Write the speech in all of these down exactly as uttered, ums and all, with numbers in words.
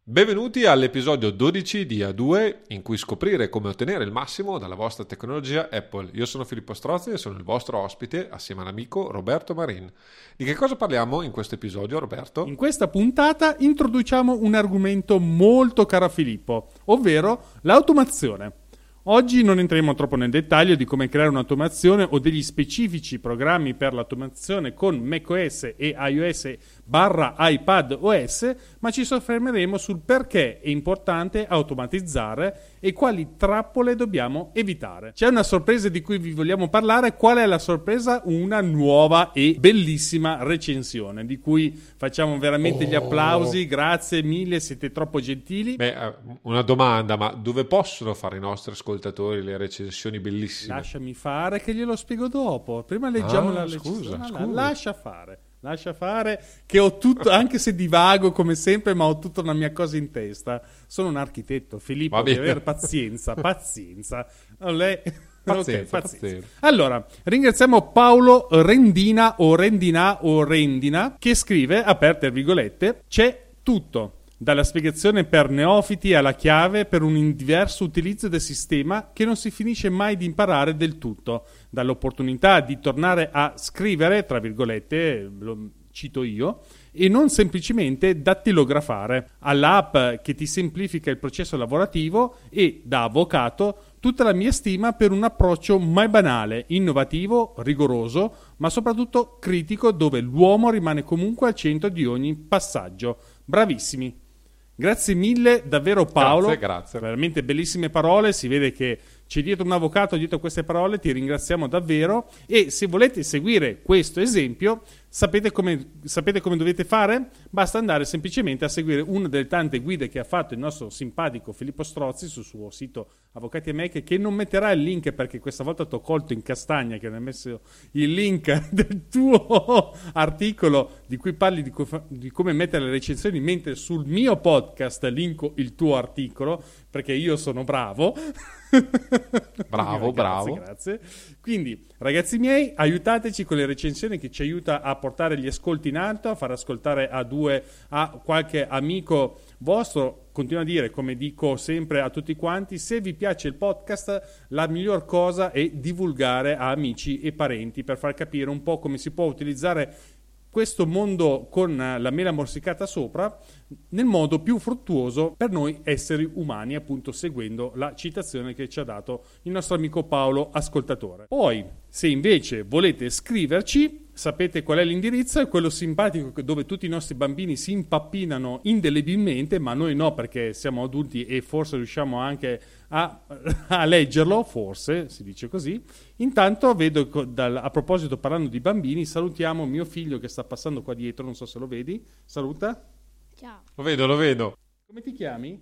Benvenuti all'episodio dodici di A due, in cui scoprire come ottenere il massimo dalla vostra tecnologia Apple. Io sono Filippo Strozzi e sono il vostro ospite assieme all'amico Roberto Marin. Di che cosa parliamo in questo episodio, Roberto? In questa puntata introduciamo un argomento molto caro a Filippo, ovvero l'automazione. Oggi non entriamo troppo nel dettaglio di come creare un'automazione o degli specifici programmi per l'automazione con macOS e iOS barra iPadOS, ma ci soffermeremo sul perché è importante automatizzare e quali trappole dobbiamo evitare. C'è una sorpresa di cui vi vogliamo parlare. Qual è la sorpresa? Una nuova e bellissima recensione di cui facciamo veramente oh. gli applausi. Grazie mille, siete troppo gentili. Beh, una domanda, ma dove possono fare i nostri ascoltatori le recensioni bellissime? Lasciami fare che glielo spiego dopo. Prima leggiamo ah, la scusa, recensione. scusa. Lascia fare. Lascia fare che ho tutto, anche se divago come sempre, ma ho tutta una mia cosa in testa. Sono un architetto, Filippo, devi avere pazienza, pazienza. Non lei... Pazienza, okay, pazienza. pazienza. Allora, ringraziamo Paolo Rendina o Rendina o Rendina che scrive, aperte virgolette, c'è tutto. Dalla spiegazione per neofiti alla chiave per un diverso utilizzo del sistema che non si finisce mai di imparare del tutto, dall'opportunità di tornare a scrivere, tra virgolette, lo cito io, e non semplicemente dattilografare, all'app che ti semplifica il processo lavorativo e, da avvocato, tutta la mia stima per un approccio mai banale, innovativo, rigoroso, ma soprattutto critico, dove l'uomo rimane comunque al centro di ogni passaggio. Bravissimi! Grazie mille davvero Paolo, grazie, grazie. Veramente bellissime parole, si vede che c'è dietro un avvocato dietro queste parole, ti ringraziamo davvero e se volete seguire questo esempio sapete come, sapete come dovete fare? Basta andare semplicemente a seguire una delle tante guide che ha fatto il nostro simpatico Filippo Strozzi sul suo sito Avvocati e Mac, che non metterà il link perché questa volta ti ho colto in castagna che non hai messo il link del tuo articolo di cui parli di, co- di come mettere le recensioni, mentre sul mio podcast linko il tuo articolo perché io sono bravo. Bravo, grazie, bravo. Grazie. Quindi, ragazzi miei, aiutateci con le recensioni che ci aiuta a portare gli ascolti in alto, a far ascoltare a due a qualche amico vostro. Continuo a dire, come dico sempre a tutti quanti, se vi piace il podcast, la miglior cosa è divulgare a amici e parenti per far capire un po' come si può utilizzare questo mondo con la mela morsicata sopra nel modo più fruttuoso per noi esseri umani, appunto seguendo la citazione che ci ha dato il nostro amico Paolo ascoltatore. Poi, se invece volete scriverci, sapete qual è l'indirizzo, è quello simpatico dove tutti i nostri bambini si impappinano indelebilmente, ma noi no, perché siamo adulti e forse riusciamo anche a, a leggerlo, forse si dice così. Intanto vedo, dal, a proposito parlando di bambini, salutiamo mio figlio che sta passando qua dietro, non so se lo vedi, saluta. Ciao. Lo vedo, lo vedo. Come ti chiami?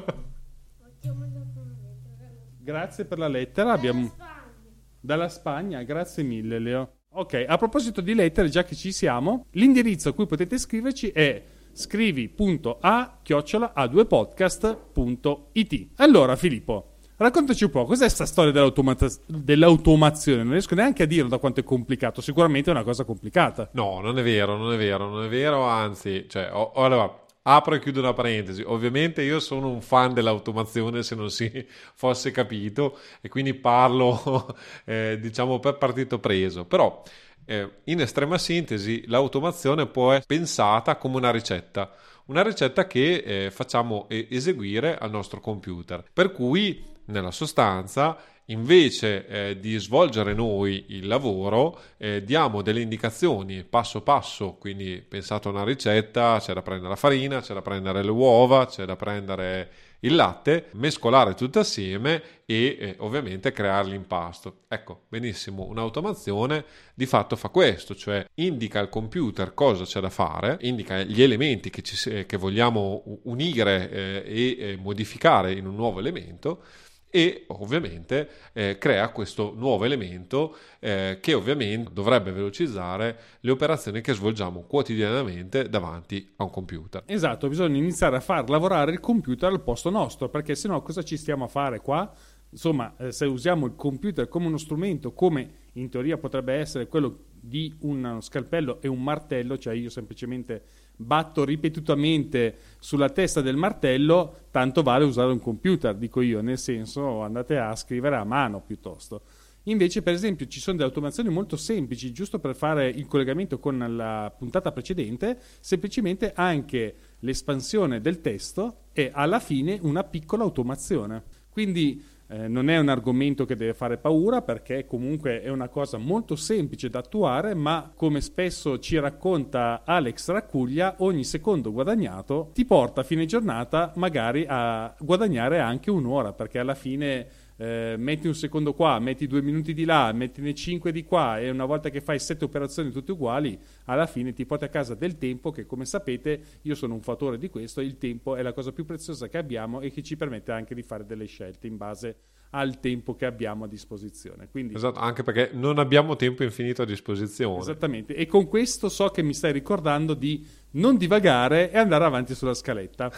Grazie per la lettera. Abbiamo... Spagna. Dalla Spagna, grazie mille Leo. Ok, a proposito di lettere, già che ci siamo, l'indirizzo a cui potete scriverci è scrivi punto a chiocciola a due podcast punto it. Allora Filippo, raccontaci un po', cos'è sta storia dell'automata- dell'automazione? Non riesco neanche a dirlo da quanto è complicato, sicuramente è una cosa complicata. No, non è vero, non è vero, non è vero, anzi, cioè, ho, ho- allora, apro e chiudo una parentesi. Ovviamente io sono un fan dell'automazione, se non si fosse capito, e quindi parlo, eh, diciamo, per partito preso. Però, eh, in estrema sintesi, l'automazione può essere pensata come una ricetta. Una ricetta che eh, facciamo eh, eseguire al nostro computer. Per cui, nella sostanza, invece eh, di svolgere noi il lavoro, eh, diamo delle indicazioni passo passo, quindi pensate a una ricetta, c'è da prendere la farina, c'è da prendere le uova, c'è da prendere il latte, mescolare tutto assieme e eh, ovviamente creare l'impasto. Ecco, benissimo, un'automazione di fatto fa questo, cioè indica al computer cosa c'è da fare, indica gli elementi che, ci, che vogliamo unire eh, e eh, modificare in un nuovo elemento, e ovviamente eh, crea questo nuovo elemento eh, che ovviamente dovrebbe velocizzare le operazioni che svolgiamo quotidianamente davanti a un computer. Esatto, bisogna iniziare a far lavorare il computer al posto nostro, perché sennò cosa ci stiamo a fare qua? Insomma, eh, se usiamo il computer come uno strumento, come in teoria potrebbe essere quello di uno scalpello e un martello, cioè io semplicemente batto ripetutamente sulla testa del martello, tanto vale usare un computer, dico io, nel senso andate a scrivere a mano piuttosto. Invece, per esempio, ci sono delle automazioni molto semplici, giusto per fare il collegamento con la puntata precedente, semplicemente anche l'espansione del testo e alla fine una piccola automazione. Quindi eh, non è un argomento che deve fare paura, perché comunque è una cosa molto semplice da attuare, ma come spesso ci racconta Alex Raccuglia, ogni secondo guadagnato ti porta a fine giornata magari a guadagnare anche un'ora, perché alla fine Eh, metti un secondo qua, metti due minuti di là, mettine cinque di qua, e una volta che fai sette operazioni tutte uguali, alla fine ti porti a casa del tempo che, come sapete, io sono un fautore di questo. Il tempo è la cosa più preziosa che abbiamo e che ci permette anche di fare delle scelte in base al tempo che abbiamo a disposizione. Quindi, esatto, anche perché non abbiamo tempo infinito a disposizione. Esattamente, e con questo so che mi stai ricordando di non divagare e andare avanti sulla scaletta.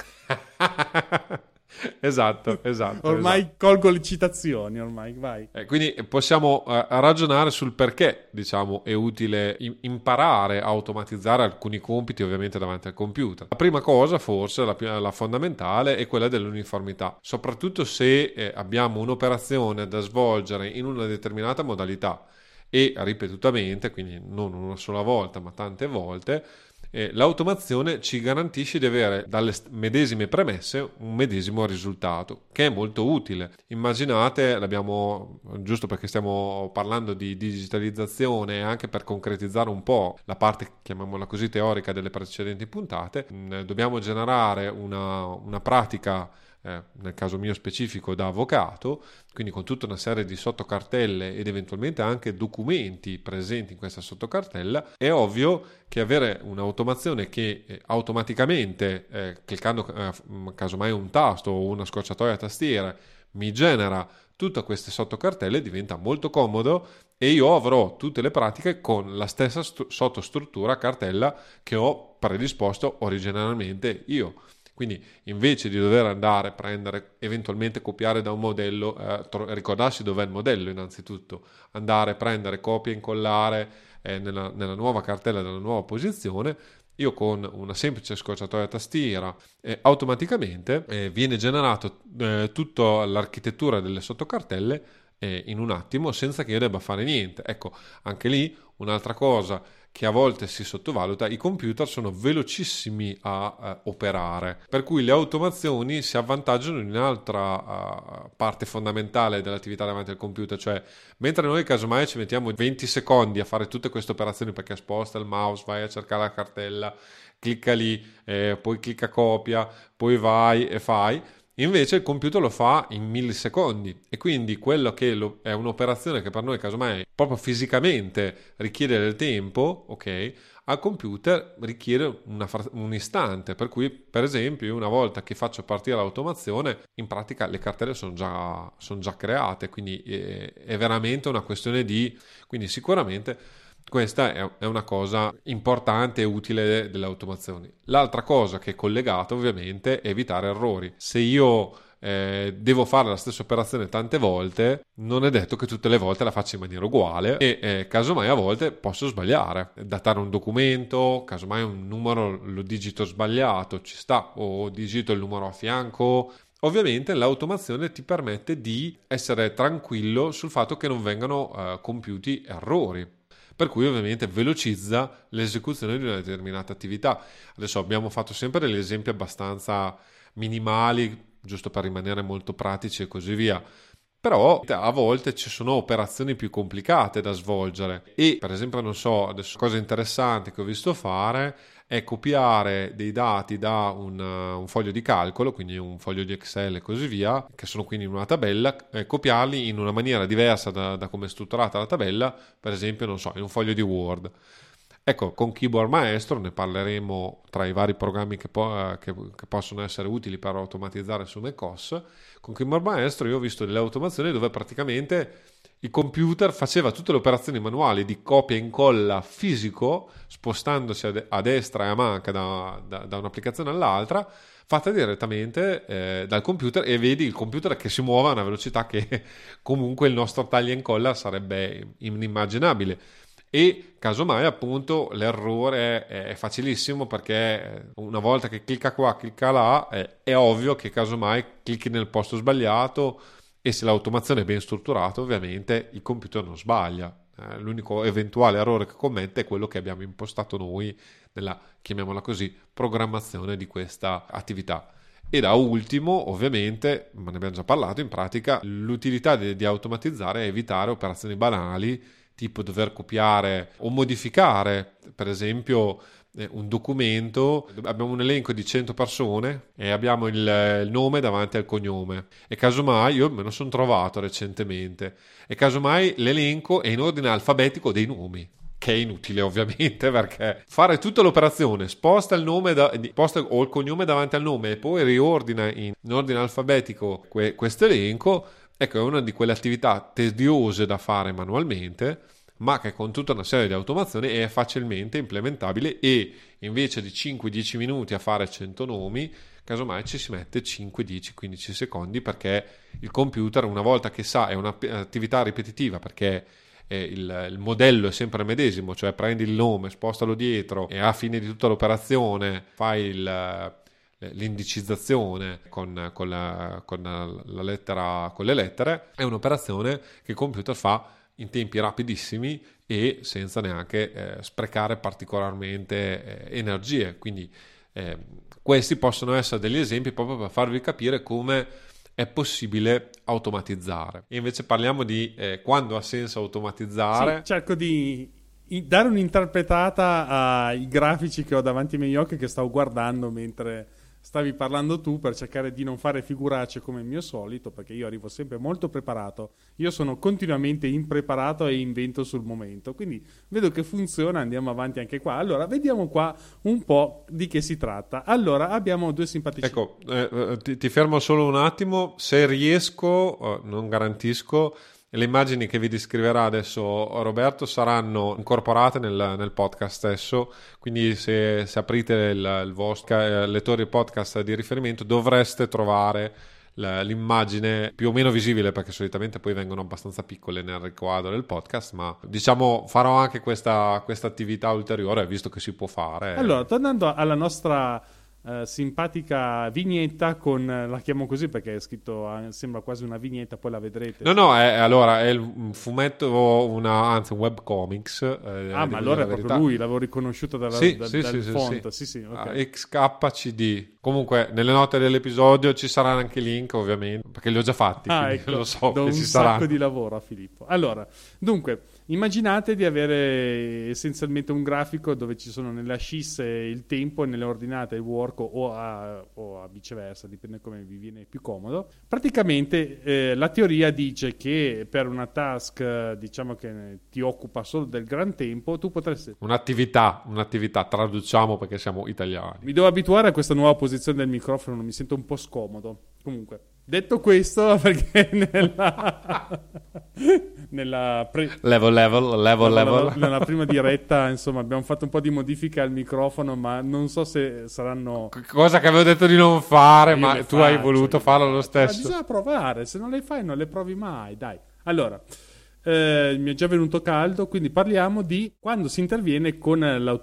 Esatto, esatto. Ormai esatto. colgo le citazioni, ormai, vai. Eh, quindi possiamo eh, ragionare sul perché, diciamo, è utile i- imparare a automatizzare alcuni compiti, ovviamente davanti al computer. La prima cosa, forse, la, più- la fondamentale, è quella dell'uniformità, soprattutto se eh, abbiamo un'operazione da svolgere in una determinata modalità e ripetutamente, quindi non una sola volta, ma tante volte. Eh, l'automazione ci garantisce di avere dalle medesime premesse un medesimo risultato, che è molto utile. Immaginate, l'abbiamo, giusto perché stiamo parlando di digitalizzazione e anche per concretizzare un po' la parte, chiamiamola così, teorica delle precedenti puntate, mh, dobbiamo generare una, una pratica, eh, nel caso mio specifico da avvocato, quindi con tutta una serie di sottocartelle ed eventualmente anche documenti presenti in questa sottocartella. È ovvio che avere un'automazione che eh, automaticamente, eh, cliccando eh, casomai un tasto o una scorciatoia a tastiere, mi genera tutte queste sottocartelle, diventa molto comodo e io avrò tutte le pratiche con la stessa st- sottostruttura cartella che ho predisposto originariamente io. Quindi invece di dover andare a prendere, eventualmente copiare da un modello, eh, tro- ricordarsi dov'è il modello innanzitutto, andare a prendere, copia e incollare eh, nella, nella nuova cartella, nella nuova posizione, io con una semplice scorciatoia a tastiera eh, automaticamente eh, viene generato eh, tutta l'architettura delle sottocartelle eh, in un attimo, senza che io debba fare niente. Ecco, anche lì un'altra cosa che a volte si sottovaluta: i computer sono velocissimi a uh, operare, per cui le automazioni si avvantaggiano in un'altra uh, parte fondamentale dell'attività davanti al computer, cioè mentre noi casomai ci mettiamo venti secondi a fare tutte queste operazioni, perché sposta il mouse, vai a cercare la cartella, clicca lì, eh, poi clicca copia, poi vai e fai. Invece il computer lo fa in millisecondi, e quindi quello che lo, è un'operazione che per noi casomai proprio fisicamente richiede del tempo, ok, al computer richiede una, un istante, per cui per esempio io una volta che faccio partire l'automazione, in pratica le cartelle sono già, sono già create, quindi è, è veramente una questione di, quindi sicuramente questa è una cosa importante e utile delle automazioni. L'altra cosa che è collegata ovviamente è evitare errori. Se io eh, devo fare la stessa operazione tante volte, non è detto che tutte le volte la faccia in maniera uguale e eh, casomai a volte posso sbagliare. Datare un documento, casomai un numero lo digito sbagliato, ci sta, o digito il numero a fianco. Ovviamente l'automazione ti permette di essere tranquillo sul fatto che non vengano eh, compiuti errori, per cui ovviamente velocizza l'esecuzione di una determinata attività. Adesso abbiamo fatto sempre degli esempi abbastanza minimali, giusto per rimanere molto pratici e così via, però a volte ci sono operazioni più complicate da svolgere e, per esempio, non so, adesso cosa interessante che ho visto fare è copiare dei dati da un, un foglio di calcolo, quindi un foglio di Excel e così via, che sono quindi in una tabella, e copiarli in una maniera diversa da, da come è strutturata la tabella, per esempio, non so, in un foglio di Word. Ecco, con Keyboard Maestro ne parleremo tra i vari programmi che, po- che, che possono essere utili per automatizzare su macOS. Con Keyboard Maestro io ho visto delle automazioni dove praticamente il computer faceva tutte le operazioni manuali di copia e incolla fisico, spostandosi a, de- a destra e a manca da, da, da un'applicazione all'altra, fatta direttamente eh, dal computer, e vedi il computer che si muove a una velocità che comunque il nostro taglia e incolla sarebbe inimmaginabile. E casomai appunto l'errore è, è facilissimo, perché una volta che clicca qua, clicca là, è, è ovvio che casomai clicchi nel posto sbagliato, e se l'automazione è ben strutturata ovviamente il computer non sbaglia. Eh, l'unico eventuale errore che commette è quello che abbiamo impostato noi nella, chiamiamola così, programmazione di questa attività. E da ultimo, ovviamente, ma ne abbiamo già parlato, in pratica l'utilità di, di automatizzare è evitare operazioni banali, tipo dover copiare o modificare, per esempio, eh, un documento. Abbiamo un elenco di cento persone e abbiamo il, il nome davanti al cognome, e casomai, io me lo sono trovato recentemente, e casomai l'elenco è in ordine alfabetico dei nomi, che è inutile ovviamente, perché fare tutta l'operazione, sposta il nome da, sposta o il cognome davanti al nome e poi riordina in, in ordine alfabetico que, questo elenco. Ecco, è una di quelle attività tediose da fare manualmente, ma che con tutta una serie di automazioni è facilmente implementabile, e invece di cinque dieci minuti a fare cento nomi, casomai ci si mette cinque dieci quindici secondi, perché il computer, una volta che sa, è un'attività ripetitiva, perché il, il modello è sempre il medesimo, cioè prendi il nome, spostalo dietro e a fine di tutta l'operazione fai il... l'indicizzazione con, con, la, con la lettera, con le lettere. È un'operazione che il computer fa in tempi rapidissimi e senza neanche eh, sprecare particolarmente eh, energie. Quindi eh, questi possono essere degli esempi proprio per farvi capire come è possibile automatizzare. E invece parliamo di eh, quando ha senso automatizzare. Sì, cerco di dare un'interpretata ai grafici che ho davanti ai miei occhi, che stavo guardando mentre stavi parlando tu, per cercare di non fare figuracce come il mio solito, perché io arrivo sempre molto preparato. Io sono continuamente impreparato e invento sul momento, quindi vedo che funziona, andiamo avanti anche qua. Allora, vediamo qua un po' di che si tratta. Allora, abbiamo due simpatici. Ecco, eh, ti, ti fermo solo un attimo, se riesco, eh, non garantisco, le immagini che vi descriverà adesso Roberto saranno incorporate nel, nel podcast stesso, quindi se, se aprite il, il vostro eh, lettore podcast di riferimento dovreste trovare la, l'immagine più o meno visibile, perché solitamente poi vengono abbastanza piccole nel riquadro del podcast, ma diciamo farò anche questa, questa attività ulteriore, visto che si può fare. Allora, tornando alla nostra Uh, simpatica vignetta con, uh, la chiamo così perché è scritto, uh, sembra quasi una vignetta, poi la vedrete. No, no, è, allora è un fumetto, una, anzi un webcomics. Eh, ah, ma allora è proprio lui, l'avevo riconosciuto dalla, sì, da, sì, dal sì, font. Sì, sì, sì, okay. uh, X K C D. Comunque, nelle note dell'episodio ci saranno anche i link, ovviamente, perché li ho già fatti, ah, ecco, lo so do che un ci sacco saranno. di lavoro a Filippo. Allora, dunque, immaginate di avere essenzialmente un grafico dove ci sono nelle ascisse il tempo e nelle ordinate il work, o a, o a viceversa, dipende come vi viene più comodo. Praticamente eh, la teoria dice che per una task, diciamo che ti occupa solo del gran tempo, tu potresti... Un'attività, un'attività, traduciamo perché siamo italiani. Mi devo abituare a questa nuova posizione del microfono, mi sento un po' scomodo. Comunque, detto questo, perché nella... nella pre... level, level, level, level. Nella prima diretta, insomma, abbiamo fatto un po' di modifiche al microfono, ma non so se saranno... Cosa che avevo detto di non fare, io ma tu faccio, hai voluto farlo lo stesso. Ma bisogna provare, se non le fai non le provi mai, dai. Allora, eh, mi è già venuto caldo, quindi parliamo di quando si interviene con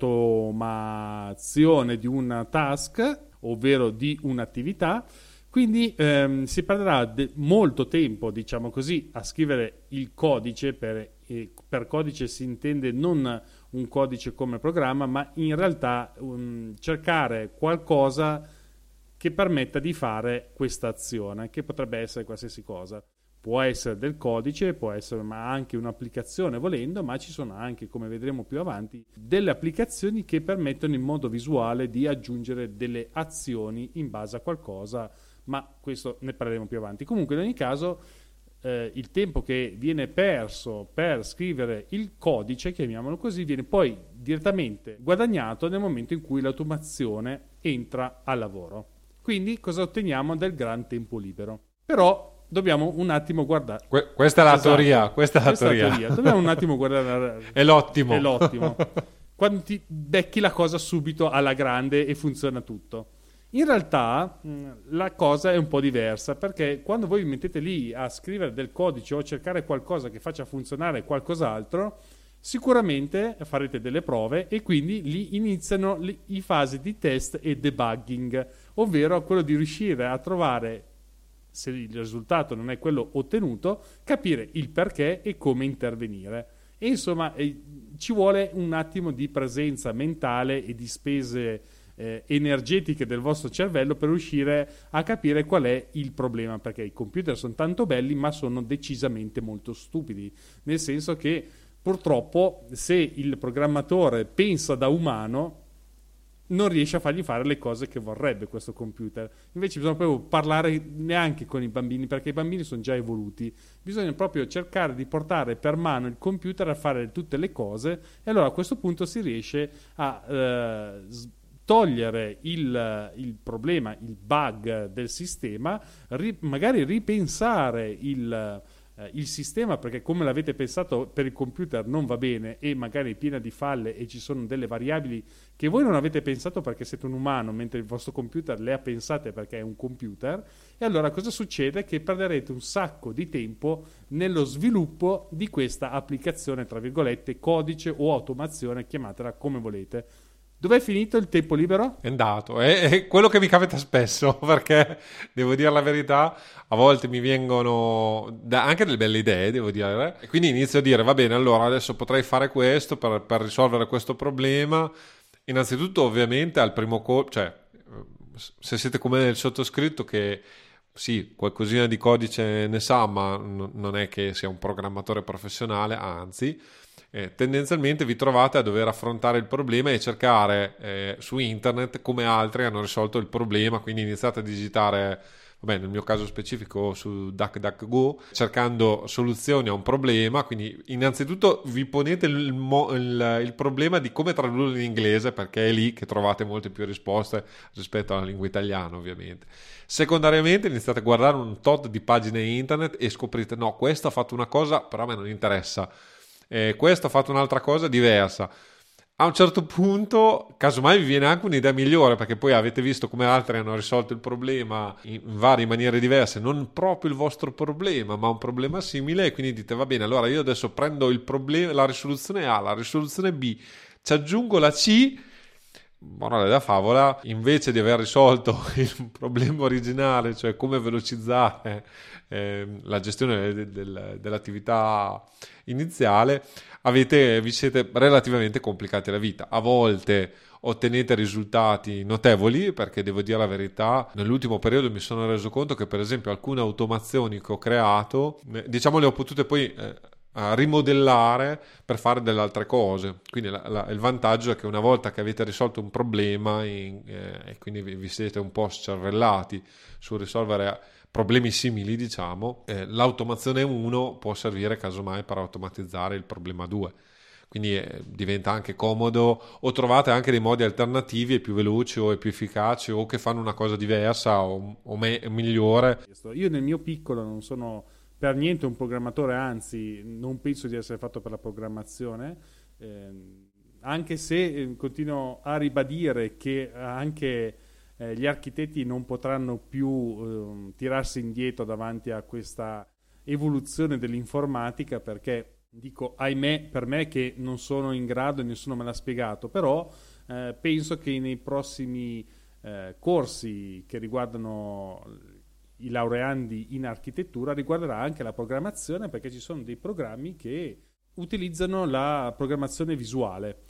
l'automazione di una task, ovvero di un'attività. Quindi ehm, si perderà de- molto tempo, diciamo così, a scrivere il codice. Per, eh, per codice si intende non un codice come programma, ma in realtà um, cercare qualcosa che permetta di fare questa azione, che potrebbe essere qualsiasi cosa. Può essere del codice, può essere ma anche un'applicazione volendo, ma ci sono anche, come vedremo più avanti, delle applicazioni che permettono in modo visuale di aggiungere delle azioni in base a qualcosa, ma questo ne parleremo più avanti. Comunque in ogni caso eh, il tempo che viene perso per scrivere il codice, chiamiamolo così, viene poi direttamente guadagnato nel momento in cui l'automazione entra al lavoro. Quindi cosa otteniamo del gran tempo libero? Però dobbiamo un attimo guardare. Que- questa è la esatto. teoria, questa è la questa teoria. È la teoria. Dobbiamo un attimo guardare. È l'ottimo. È l'ottimo. Quando ti becchi la cosa subito alla grande e funziona tutto. In realtà mh, la cosa è un po' diversa, perché quando voi vi mettete lì a scrivere del codice o a cercare qualcosa che faccia funzionare qualcos'altro, Sicuramente farete delle prove e quindi lì iniziano le, i fasi di test e debugging, ovvero quello di riuscire a trovare, se il risultato non è quello ottenuto, capire il perché e come intervenire. E insomma eh, ci vuole un attimo di presenza mentale e di spese eh, energetiche del vostro cervello per riuscire a capire qual è il problema, perché i computer sono tanto belli ma sono decisamente molto stupidi, nel senso che purtroppo se il programmatore pensa da umano non riesce a fargli fare le cose che vorrebbe questo computer. Invece bisogna proprio parlare neanche con i bambini, perché i bambini sono già evoluti. Bisogna proprio cercare di portare per mano il computer a fare tutte le cose, e allora a questo punto si riesce a eh, togliere il, il problema, il bug del sistema, ri, magari ripensare il il sistema, perché come l'avete pensato per il computer non va bene e magari è piena di falle e ci sono delle variabili che voi non avete pensato perché siete un umano, mentre il vostro computer le ha pensate perché è un computer. E allora cosa succede? Che perderete un sacco di tempo nello sviluppo di questa applicazione, tra virgolette, codice o automazione, chiamatela come volete. Dov'è finito il tempo libero? È andato, è, è quello che mi capita spesso, perché devo dire la verità, a volte mi vengono da, anche delle belle idee, devo dire, e quindi inizio a dire, va bene, allora adesso potrei fare questo per, per risolvere questo problema. Innanzitutto ovviamente al primo colpo, cioè se siete come il sottoscritto che sì, qualcosina di codice ne sa, ma n- non è che sia un programmatore professionale, anzi, Eh, tendenzialmente vi trovate a dover affrontare il problema e cercare eh, su internet come altri hanno risolto il problema, quindi iniziate a digitare, vabbè, nel mio caso specifico su DuckDuckGo, cercando soluzioni a un problema. Quindi innanzitutto vi ponete il, mo- il, il problema di come tradurlo in inglese, perché è lì che trovate molte più risposte rispetto alla lingua italiana, ovviamente. Secondariamente iniziate a guardare un tot di pagine internet e scoprite, no, questo ha fatto una cosa però a me non interessa, Eh, questo ha fatto un'altra cosa diversa. A un certo punto, casomai vi viene anche un'idea migliore, perché poi avete visto come altri hanno risolto il problema in varie maniere diverse, non proprio il vostro problema, ma un problema simile, e quindi dite, va bene, allora io adesso prendo il problema, la risoluzione A, la risoluzione B, ci aggiungo la C. Morale da favola, invece di aver risolto il problema originale, cioè come velocizzare eh, la gestione del, del, dell'attività iniziale, avete, vi siete relativamente complicati la vita. A volte ottenete risultati notevoli, perché devo dire la verità, nell'ultimo periodo mi sono reso conto che per esempio alcune automazioni che ho creato, diciamo, le ho potute poi eh, a rimodellare per fare delle altre cose. Quindi la, la, il vantaggio è che una volta che avete risolto un problema in, eh, e quindi vi, vi siete un po' scervellati su risolvere problemi simili, diciamo, eh, l'automazione uno può servire casomai per automatizzare il problema due. Quindi eh, diventa anche comodo, o trovate anche dei modi alternativi e più veloci o più efficaci, o che fanno una cosa diversa o, o me, migliore. Io nel mio piccolo non sono per niente un programmatore, anzi non penso di essere fatto per la programmazione, eh, anche se eh, continuo a ribadire che anche eh, gli architetti non potranno più eh, tirarsi indietro davanti a questa evoluzione dell'informatica, perché dico ahimè per me che non sono in grado e nessuno me l'ha spiegato, però eh, penso che nei prossimi eh, corsi che riguardano i laureandi in architettura riguarderà anche la programmazione, perché ci sono dei programmi che utilizzano la programmazione visuale.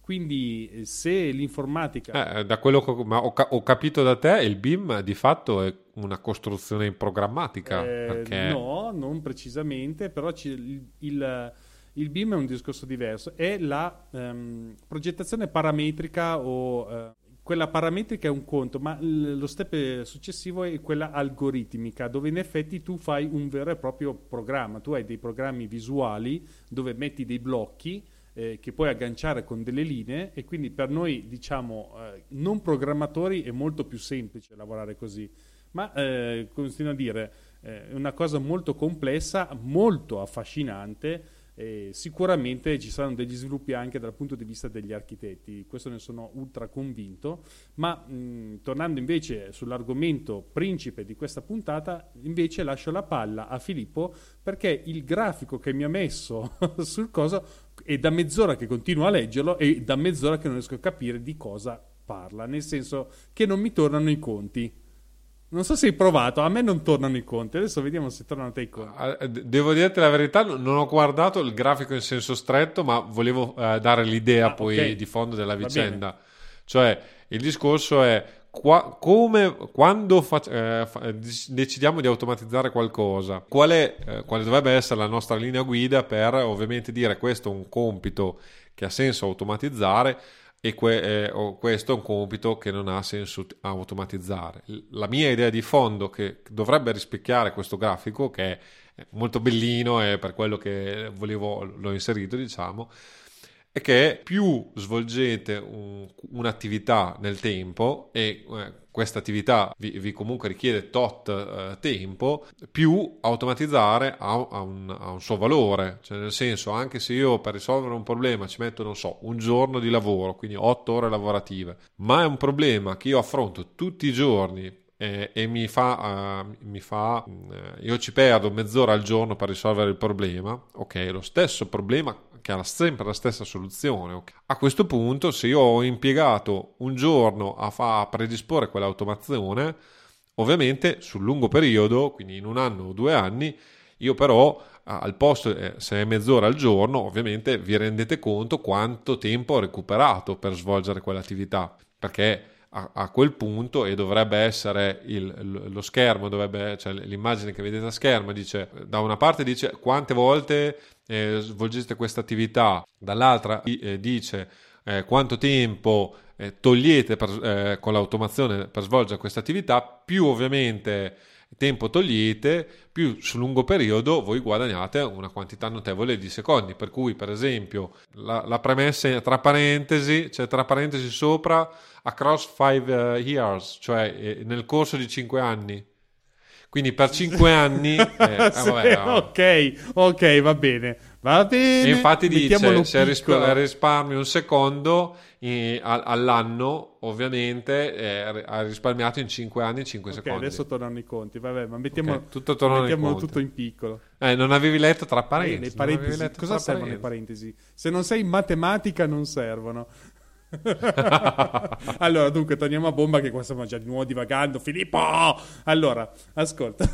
Quindi se l'informatica... Eh, da quello che ho, ho, ho capito da te, il B I M di fatto è una costruzione programmatica. Eh, perché... No, non precisamente, però ci, il, il, il B I M è un discorso diverso. È la ehm, progettazione parametrica o... Eh, quella parametrica è un conto, ma lo step successivo è quella algoritmica, dove in effetti tu fai un vero e proprio programma. Tu hai dei programmi visuali dove metti dei blocchi eh, che puoi agganciare con delle linee, e quindi per noi, diciamo, eh, non programmatori è molto più semplice lavorare così. Ma eh, continuo a dire, eh, è una cosa molto complessa, molto affascinante. E sicuramente ci saranno degli sviluppi anche dal punto di vista degli architetti, questo ne sono ultra convinto. Ma mh, tornando invece sull'argomento principe di questa puntata, invece lascio la palla a Filippo, perché il grafico che mi ha messo sul coso è da mezz'ora che continuo a leggerlo e da mezz'ora che non riesco a capire di cosa parla, nel senso che non mi tornano i conti. Non so se hai provato, a me non tornano i conti, adesso vediamo se tornano a te i conti. Devo dirti la verità, non ho guardato il grafico in senso stretto, ma volevo eh, dare l'idea Ah, poi ok. di fondo della Va vicenda. Cioè, il discorso è qua- come, quando fac- eh, fa- decidiamo di automatizzare qualcosa, qual è, eh, quale dovrebbe essere la nostra linea guida per ovviamente dire questo è un compito che ha senso automatizzare e que- eh, o questo è un compito che non ha senso t- automatizzare. L- La mia idea di fondo che dovrebbe rispecchiare questo grafico, che è molto bellino e per quello che volevo l'ho inserito, diciamo, è che più svolgete un- un'attività nel tempo e eh, questa attività vi, vi comunque richiede tot eh, tempo, più automatizzare ha, ha un, ha un suo valore. Cioè, nel senso, anche se io per risolvere un problema ci metto, non so, un giorno di lavoro, quindi otto ore lavorative, ma è un problema che io affronto tutti i giorni eh, e mi fa, eh, mi fa eh, io ci perdo mezz'ora al giorno per risolvere il problema, ok, è lo stesso problema che ha sempre la stessa soluzione. Okay. A questo punto, se io ho impiegato un giorno a, fa, a predisporre quell'automazione, ovviamente sul lungo periodo, quindi in un anno o due anni, io però al posto, eh, se è mezz'ora al giorno, ovviamente vi rendete conto quanto tempo ho recuperato per svolgere quell'attività, perché a, a quel punto, e dovrebbe essere il, lo schermo, dovrebbe, cioè l'immagine che vedete a schermo dice, da una parte dice quante volte eh, svolgete questa attività, dall'altra eh, dice eh, quanto tempo eh, togliete per, eh, con l'automazione per svolgere questa attività, più ovviamente tempo togliete, più sul lungo periodo voi guadagnate una quantità notevole di secondi, per cui per esempio la, la premessa tra parentesi, cioè tra parentesi sopra across five years, cioè eh, nel corso di cinque anni. Quindi per cinque anni eh, eh, Sì, vabbè, no. ok, ok, va bene, va bene. E infatti mettiamolo dice se piccolo. risp- risparmi un secondo eh, a- all'anno, ovviamente eh, ha risparmiato in cinque anni cinque Ok, secondi. adesso tornano i conti, vabbè, ma mettiamo, Ok, tutto torna nei mettiamolo conti. tutto in piccolo. Eh, non avevi letto tra Eh, parentesi. le non parentesi, avevi letto cosa tra servono le parentesi? Se non sei in matematica non servono. Allora, dunque, torniamo a bomba che qua stiamo già di nuovo divagando. Filippo! Allora, ascolta.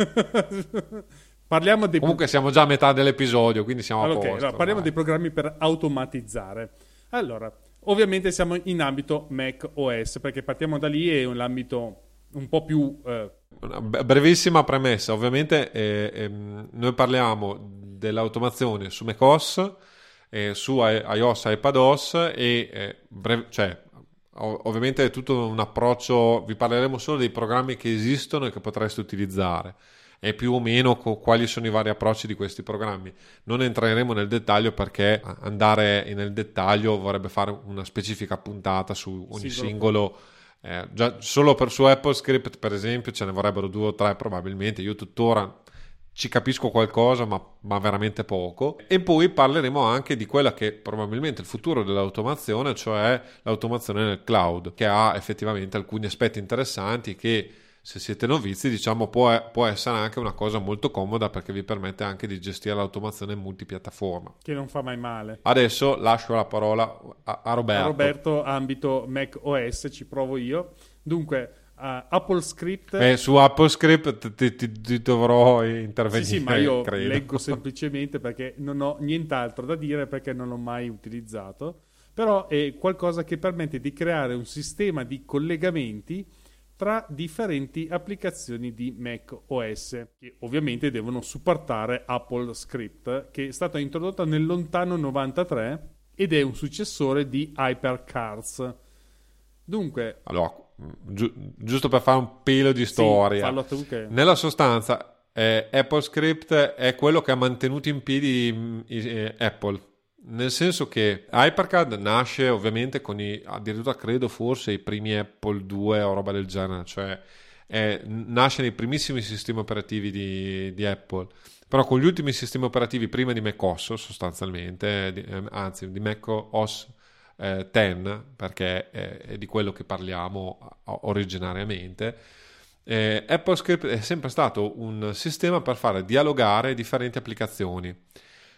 Parliamo dei Comunque siamo già a metà dell'episodio, quindi siamo allora, a ok, posto. allora, parliamo dai. dei programmi per automatizzare. Allora, ovviamente siamo in ambito Mac O S, perché partiamo da lì, è un ambito un po' più... eh, Una bre- brevissima premessa, ovviamente eh, ehm, noi parliamo dell'automazione su macOS, eh, su i- iOS, iPadOS e eh, bre- cioè, ov- ovviamente è tutto un approccio, vi parleremo solo dei programmi che esistono e che potreste utilizzare e più o meno co- quali sono i vari approcci di questi programmi. Non entreremo nel dettaglio perché andare nel dettaglio vorrebbe fare una specifica puntata su ogni Singolo. singolo. Eh, già solo per, su AppleScript per esempio ce ne vorrebbero due o tre probabilmente, io tuttora ci capisco qualcosa ma, ma veramente poco, e poi parleremo anche di quella che probabilmente è il futuro dell'automazione, cioè l'automazione nel cloud, che ha effettivamente alcuni aspetti interessanti che, se siete novizi, diciamo può, può essere anche una cosa molto comoda perché vi permette anche di gestire l'automazione multipiattaforma. che non fa mai male. Adesso lascio la parola a, a Roberto. A Roberto, ambito Mac O S, ci provo io. Dunque, uh, AppleScript... Beh, su AppleScript ti, ti, ti dovrò intervenire. Sì, sì, ma io credo. leggo semplicemente perché non ho nient'altro da dire perché non l'ho mai utilizzato, però è qualcosa che permette di creare un sistema di collegamenti tra differenti applicazioni di Mac O S, che ovviamente devono supportare AppleScript, che è stato introdotto nel lontano novantatré ed è un successore di HyperCards. Dunque, Allora, giu- giusto per fare un pelo di sì, storia. fallo tu che... Nella sostanza, eh, AppleScript è quello che ha mantenuto in piedi mm, i- eh, Apple. Nel senso che HyperCard nasce ovviamente con i, addirittura credo forse i primi Apple due o roba del genere, cioè eh, nasce nei primissimi sistemi operativi di, di Apple, però con gli ultimi sistemi operativi prima di macOS sostanzialmente, di, eh, anzi di macOS eh, dieci, perché è, è di quello che parliamo originariamente. Eh, AppleScript è sempre stato un sistema per fare dialogare differenti applicazioni.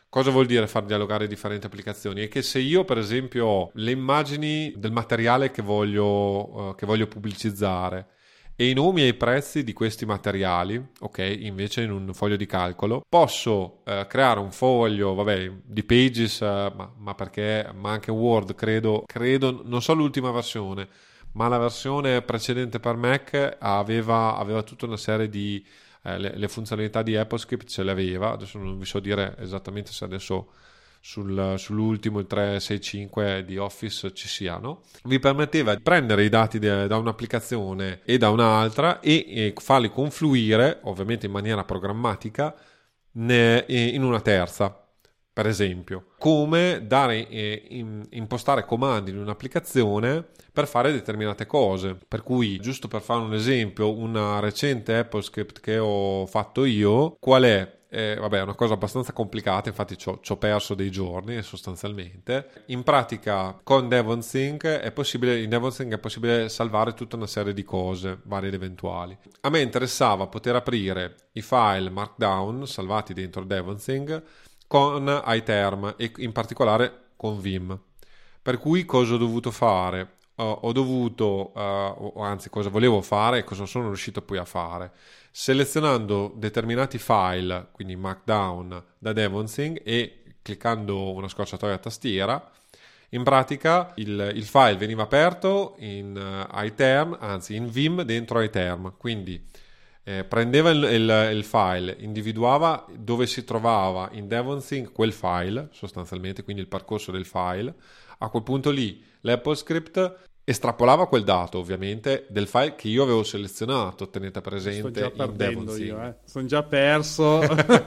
Cosa vuol dire far dialogare differenti applicazioni? È che se io, per esempio, ho le immagini del materiale che voglio, uh, che voglio pubblicizzare e i nomi e i prezzi di questi materiali, ok, invece in un foglio di calcolo, posso uh, creare un foglio, vabbè, di Pages, uh, ma, ma perché, ma anche Word, credo, credo, non so l'ultima versione, ma la versione precedente per Mac aveva, aveva tutta una serie di Eh, le, le funzionalità di AppleScript ce le aveva, adesso non vi so dire esattamente se adesso sul, sull'ultimo, il tre sei cinque di Office ci siano. Vi permetteva di prendere i dati de, da un'applicazione e da un'altra e, e farli confluire, ovviamente in maniera programmatica, ne, in una terza. Per esempio, come dare, eh, in, impostare comandi in un'applicazione per fare determinate cose. Per cui, giusto per fare un esempio, una recente AppleScript che ho fatto io, qual è? Eh, vabbè, è una cosa abbastanza complicata, infatti ci ho perso dei giorni sostanzialmente. In pratica, con DevonSync è possibile, in DevonSync è possibile salvare tutta una serie di cose, varie ed eventuali. A me interessava poter aprire i file Markdown salvati dentro DevonSync con iTerm e in particolare con Vim. Per cui cosa ho dovuto fare? Uh, ho dovuto, uh, o anzi cosa volevo fare e cosa sono riuscito poi a fare? Selezionando determinati file, quindi Markdown da DevonSync e cliccando una scorciatoia a tastiera, in pratica il, il file veniva aperto in uh, iTerm, anzi in Vim dentro iTerm, quindi Eh, prendeva il, il, il file, individuava dove si trovava in DevonSync quel file, sostanzialmente, quindi il percorso del file. A quel punto lì l'AppleScript estrapolava quel dato, ovviamente, del file che io avevo selezionato, tenete presente, Sto già in DevonSync. io, eh. Sono già perso.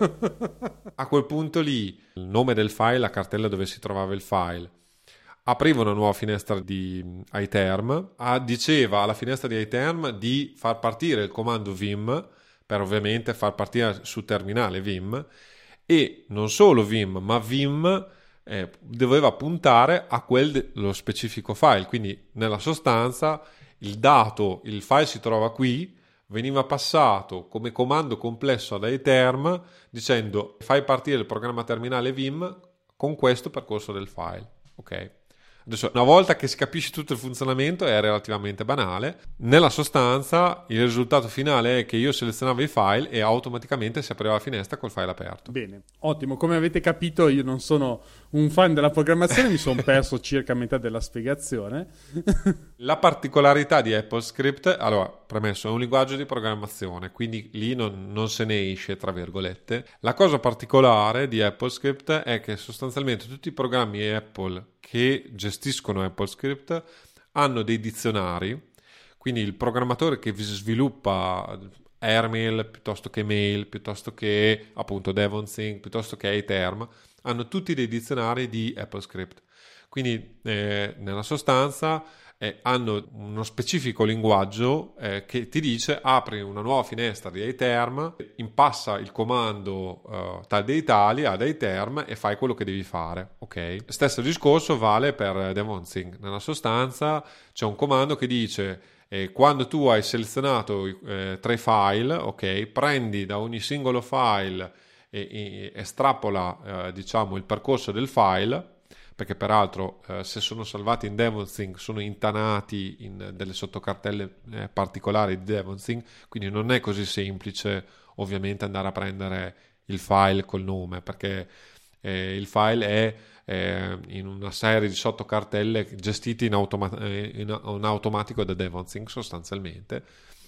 A quel punto lì, il nome del file, la cartella dove si trovava il file, apriva una nuova finestra di iTerm, ah, diceva alla finestra di iTerm di far partire il comando Vim per ovviamente far partire sul terminale Vim, e non solo Vim ma Vim eh, doveva puntare a quel lo specifico file, quindi nella sostanza il dato, il file si trova qui, veniva passato come comando complesso ad iTerm dicendo fai partire il programma terminale Vim con questo percorso del file, ok? Adesso, una volta che si capisce tutto il funzionamento è relativamente banale. Nella sostanza il risultato finale è che io selezionavo i file e automaticamente si apriva la finestra col file aperto. Bene, ottimo. Come avete capito io non sono un fan della programmazione, mi sono perso circa metà della spiegazione. La particolarità di AppleScript, allora, premesso, è un linguaggio di programmazione, quindi lì non, non se ne esce, tra virgolette. La cosa particolare di AppleScript è che sostanzialmente tutti i programmi Apple che gestiscono AppleScript hanno dei dizionari, quindi il programmatore che vi sviluppa Airmail piuttosto che Mail, piuttosto che appunto DevonSync, piuttosto che iTerm, hanno tutti dei dizionari di AppleScript. Quindi eh, nella sostanza eh, hanno uno specifico linguaggio eh, che ti dice apri una nuova finestra di iTerm, impassa il comando uh, tal dei tali ad iTerm e fai quello che devi fare, ok? Stesso discorso vale per DevonSync. Nella sostanza c'è un comando che dice eh, quando tu hai selezionato eh, tre file, ok, prendi da ogni singolo file e, e estrapola eh, diciamo il percorso del file, perché peraltro eh, se sono salvati in DevonSync sono intanati in delle sottocartelle eh, particolari di DevonSync, quindi non è così semplice ovviamente andare a prendere il file col nome, perché eh, il file è eh, in una serie di sottocartelle gestite in, automa- in, in automatico da DevonSync sostanzialmente,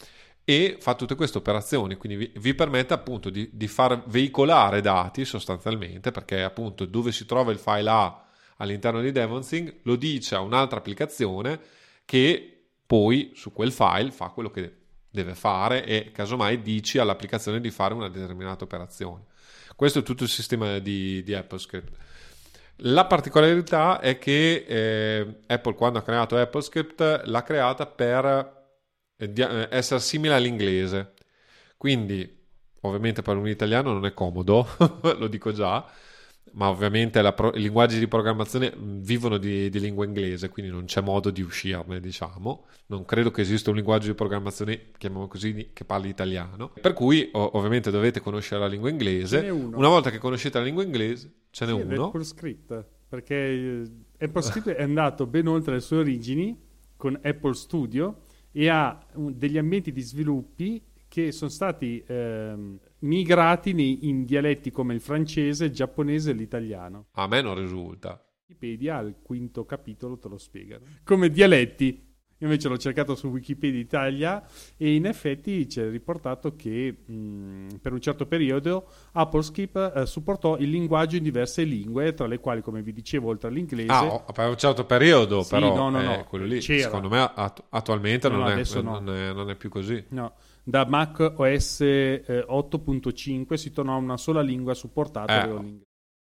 e fa tutte queste operazioni, quindi vi, vi permette appunto di, di far veicolare dati sostanzialmente, perché appunto dove si trova il file A all'interno di DevonSync lo dice a un'altra applicazione che poi su quel file fa quello che deve fare e casomai dici all'applicazione di fare una determinata operazione. Questo è tutto il sistema di, di AppleScript. La particolarità è che eh, Apple, quando ha creato AppleScript, l'ha creata per eh, di, eh, essere simile all'inglese, quindi ovviamente per un italiano non è comodo, lo dico già, ma ovviamente la pro- i linguaggi di programmazione vivono di, di lingua inglese, quindi non c'è modo di uscirne, diciamo. Non credo che esista un linguaggio di programmazione, chiamiamolo così, che parli italiano, per cui o- ovviamente dovete conoscere la lingua inglese. Una volta che conoscete la lingua inglese, Ce n'è Sì, uno. AppleScript, perché eh, AppleScript è andato ben oltre le sue origini con Apple Studio e ha un- degli ambienti di sviluppi che sono stati ehm, migrati nei- in dialetti come il francese, il giapponese e l'italiano. A me non risulta. Wikipedia al quinto capitolo te lo spiega. Come dialetti. Io invece l'ho cercato su Wikipedia Italia e in effetti c'è riportato che mh, per un certo periodo AppleScript eh, supportò il linguaggio in diverse lingue, tra le quali, come vi dicevo, oltre all'inglese... Ah, oh, per un certo periodo, Sì, però, no, no, eh, no, quello lì, c'era. secondo me, att- attualmente No, non, no, è, adesso no. non, è, non è più così. No, da Mac O S eh, otto punto cinque si tornò a una sola lingua supportata, Eh, ovvero l'inglese.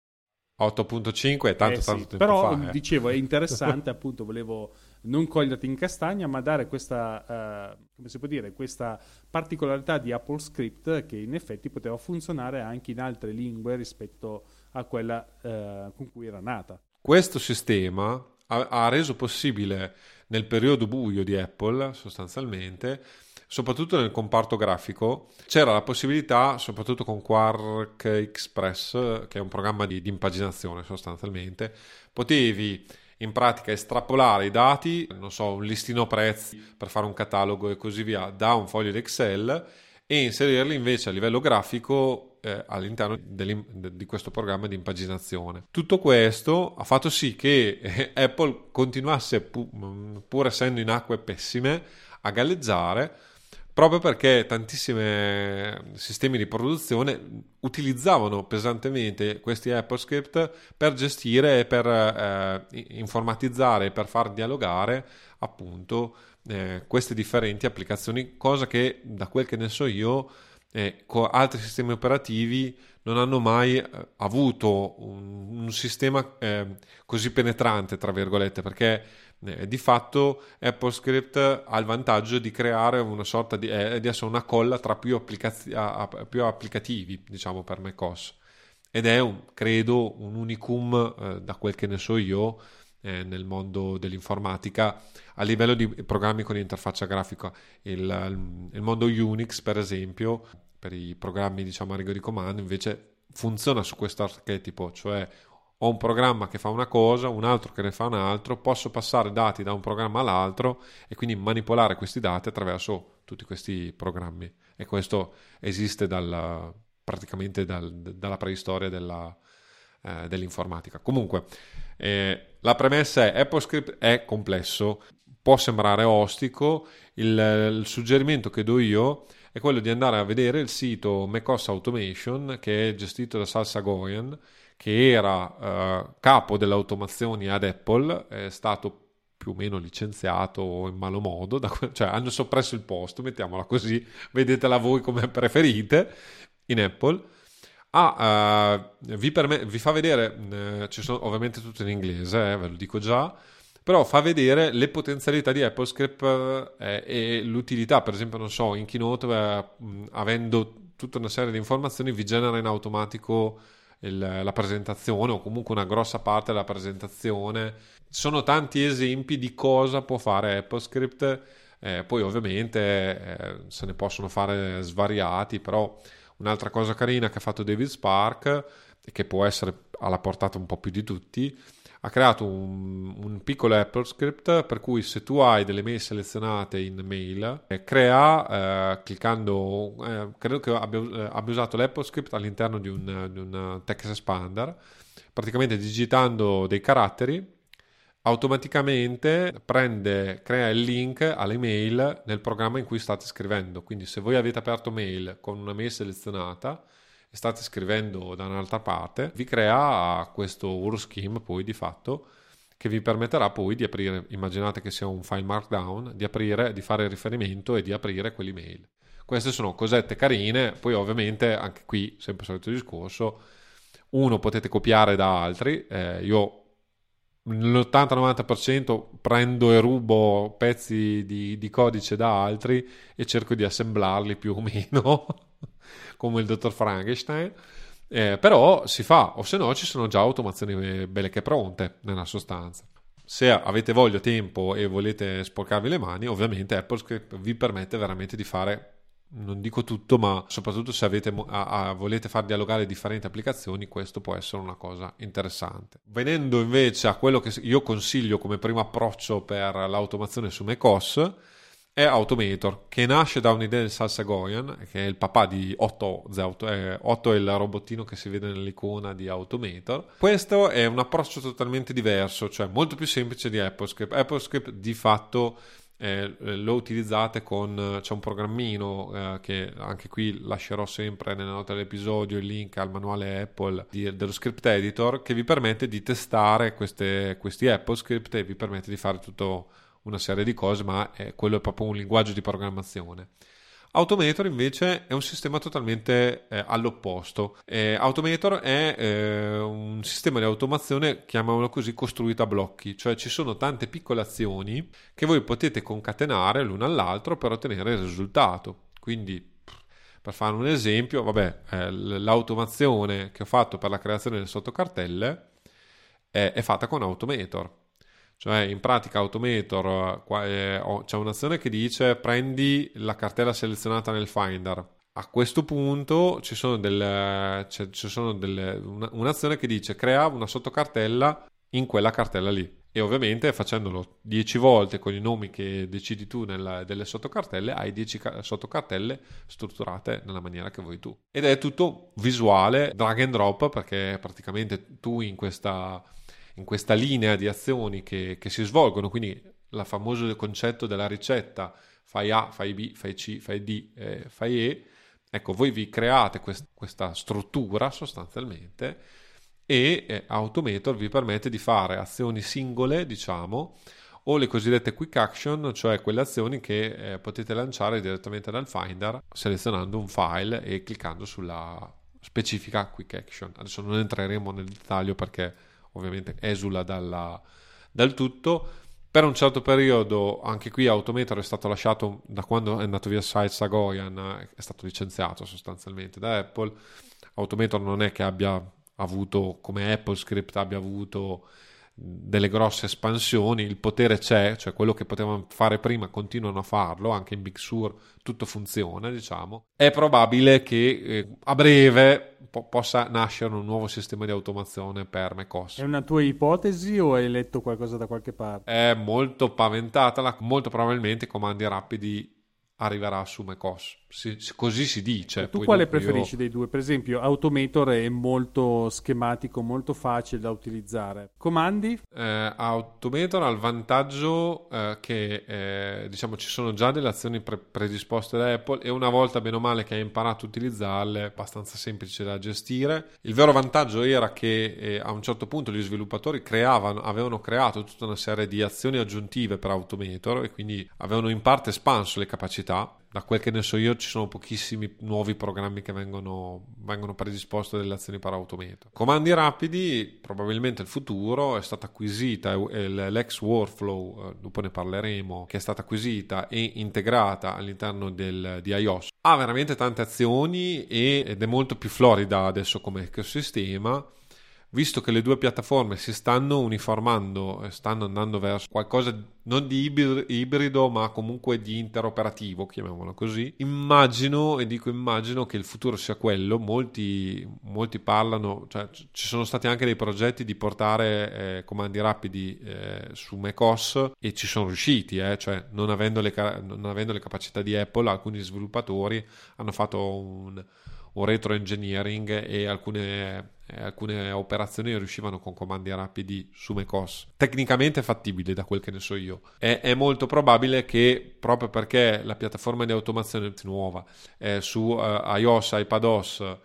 otto punto cinque è tanto, Eh sì, tanto tempo però fa. eh. dicevo è interessante, appunto, volevo non coglierti in castagna, ma dare questa, eh, come si può dire, questa particolarità di AppleScript che in effetti poteva funzionare anche in altre lingue rispetto a quella eh, con cui era nata. Questo sistema ha, ha reso possibile nel periodo buio di Apple, sostanzialmente, soprattutto nel comparto grafico, c'era la possibilità, soprattutto con Quark Express, che è un programma di, di impaginazione sostanzialmente, potevi in pratica estrapolare i dati, non so, un listino prezzi per fare un catalogo e così via, da un foglio di Excel e inserirli invece a livello grafico eh, all'interno dell'im- di questo programma di impaginazione. Tutto questo ha fatto sì che eh, Apple continuasse, pu- pur essendo in acque pessime, a galleggiare, proprio perché tantissimi sistemi di produzione utilizzavano pesantemente questi AppleScript per gestire e per eh, informatizzare e per far dialogare appunto eh, queste differenti applicazioni, cosa che da quel che ne so io eh, con altri sistemi operativi non hanno mai eh, avuto un, un sistema eh, così penetrante, tra virgolette, perché eh, di fatto AppleScript ha il vantaggio di creare una sorta di, eh, di essere una colla tra più, applicaz- a- a- più applicativi, diciamo, per macOS. Ed è, un, credo, un unicum, eh, da quel che ne so io, eh, nel mondo dell'informatica, a livello di programmi con interfaccia grafica. Il, il, il mondo Unix, per esempio, per i programmi, diciamo, a rigo di comando, invece funziona su questo archetipo, cioè ho un programma che fa una cosa, un altro che ne fa un altro, posso passare dati da un programma all'altro e quindi manipolare questi dati attraverso tutti questi programmi. E questo esiste dal, praticamente dal, dalla preistoria della, eh, dell'informatica. Comunque, eh, la premessa è AppleScript è complesso, può sembrare ostico, il, il suggerimento che do io è quello di andare a vedere il sito macOS Automation, che è gestito da Sal Sagoyan, che era eh, capo delle automazioni ad Apple, è stato più o meno licenziato in malo modo, da que- cioè hanno soppresso il posto, mettiamola così, vedetela voi come preferite, in Apple. Ah, eh, vi, perme- vi fa vedere, eh, ci sono ovviamente tutto in inglese, eh, ve lo dico già, però fa vedere le potenzialità di AppleScript eh, e l'utilità, per esempio, non so, in Keynote, eh, mh, avendo tutta una serie di informazioni, vi genera in automatico il- la presentazione o comunque una grossa parte della presentazione. Sono tanti esempi di cosa può fare AppleScript, eh, poi ovviamente eh, se ne possono fare svariati, però un'altra cosa carina che ha fatto David Spark, e che può essere alla portata un po' più di tutti, ha creato un, un piccolo AppleScript per cui se tu hai delle mail selezionate in mail, eh, crea, eh, cliccando, eh, credo che abbia, eh, abbia usato l'AppleScript all'interno di un, di un text expander, praticamente digitando dei caratteri, automaticamente prende, crea il link alle mail nel programma in cui state scrivendo. Quindi se voi avete aperto mail con una mail selezionata e state scrivendo da un'altra parte, vi crea questo U R L scheme poi di fatto che vi permetterà poi di aprire, immaginate che sia un file markdown, di aprire, di fare riferimento e di aprire quell'email. Queste sono cosette carine, poi ovviamente anche qui, sempre il solito discorso, uno potete copiare da altri, eh, io nell'ottanta novanta per cento prendo e rubo pezzi di, di codice da altri e cerco di assemblarli più o meno come il dottor Frankenstein, eh, però si fa, o se no ci sono già automazioni belle che pronte nella sostanza. Se avete voglia, tempo e volete sporcarvi le mani, ovviamente AppleScript vi permette veramente di fare non dico tutto, ma soprattutto se avete, a, a, volete far dialogare differenti applicazioni, questo può essere una cosa interessante. Venendo invece a quello che io consiglio come primo approccio per l'automazione su macOS, è Automator, che nasce da un'idea del Sal Sagoyan, che è il papà di Otto. Eh, Otto è il robottino che si vede nell'icona di Automator. Questo è un approccio totalmente diverso, cioè molto più semplice di AppleScript. AppleScript di fatto eh, lo utilizzate con, c'è un programmino eh, che anche qui lascerò sempre nella nota dell'episodio il link al manuale Apple di, dello script editor, che vi permette di testare queste, questi AppleScript e vi permette di fare tutto una serie di cose, ma è, quello è proprio un linguaggio di programmazione. Automator invece è un sistema totalmente eh, all'opposto. Eh, Automator è eh, un sistema di automazione, chiamiamolo così, costruito a blocchi, cioè ci sono tante piccole azioni che voi potete concatenare l'una all'altro per ottenere il risultato. Quindi, per fare un esempio, vabbè, eh, l'automazione che ho fatto per la creazione delle sottocartelle è, è fatta con Automator. Cioè in pratica Automator eh, c'è un'azione che dice prendi la cartella selezionata nel Finder. A questo punto ci sono delle, c'è, ci sono delle, una, un'azione che dice crea una sottocartella in quella cartella lì. E ovviamente facendolo dieci volte con i nomi che decidi tu nella, delle sottocartelle, hai dieci ca- sottocartelle strutturate nella maniera che vuoi tu. Ed è tutto visuale, drag and drop, perché praticamente tu in questa... in questa linea di azioni che, che si svolgono, quindi il famoso concetto della ricetta, fai A, fai B, fai C, fai D, eh, fai E, ecco, voi vi create quest- questa struttura sostanzialmente e eh, Automator vi permette di fare azioni singole, diciamo, o le cosiddette quick action, cioè quelle azioni che eh, potete lanciare direttamente dal Finder selezionando un file e cliccando sulla specifica quick action. Adesso non entreremo nel dettaglio perché ovviamente esula dalla, dal tutto. Per un certo periodo anche qui Automator è stato lasciato, da quando è andato via Sal Sagoyan è stato licenziato sostanzialmente da Apple. Automator non è che abbia avuto, come AppleScript abbia avuto delle grosse espansioni, il potere c'è, cioè quello che potevano fare prima continuano a farlo, anche in Big Sur tutto funziona, diciamo. È probabile che eh, a breve po- possa nascere un nuovo sistema di automazione per macOS. È una tua ipotesi o hai letto qualcosa da qualche parte? È molto paventata, la, molto probabilmente comandi rapidi arriverà su macOS, si, così si dice. Tu Poi quale dopo io- preferisci dei due? Per esempio, Automator è molto schematico, molto facile da utilizzare. Comandi? Eh, Automator ha il vantaggio eh, che eh, diciamo ci sono già delle azioni pre- predisposte da Apple e una volta bene o male che hai imparato a utilizzarle è abbastanza semplice da gestire. Il vero vantaggio era che eh, a un certo punto gli sviluppatori creavano, avevano creato tutta una serie di azioni aggiuntive per Automator e quindi avevano in parte espanso le capacità. Da quel che ne so io ci sono pochissimi nuovi programmi che vengono, vengono predisposti delle azioni per Automator. Comandi rapidi, probabilmente il futuro, è stata acquisita l'ex workflow, eh, dopo ne parleremo, che è stata acquisita e integrata all'interno del, di iOS. Ha veramente tante azioni e, ed è molto più florida adesso come ecosistema, visto che le due piattaforme si stanno uniformando, stanno andando verso qualcosa non di ibrido, ma comunque di interoperativo, chiamiamolo così. Immagino, e dico immagino, che il futuro sia quello. Molti, molti parlano, cioè ci sono stati anche dei progetti di portare eh, comandi rapidi eh, su macOS e ci sono riusciti, eh, cioè non avendo, le, non avendo le capacità di Apple, alcuni sviluppatori hanno fatto un o retro engineering e alcune, eh, alcune operazioni riuscivano con comandi rapidi su macOS. Tecnicamente è fattibile, da quel che ne so io. È, è molto probabile che proprio perché la piattaforma di automazione è nuova eh, su uh, iOS, iPadOS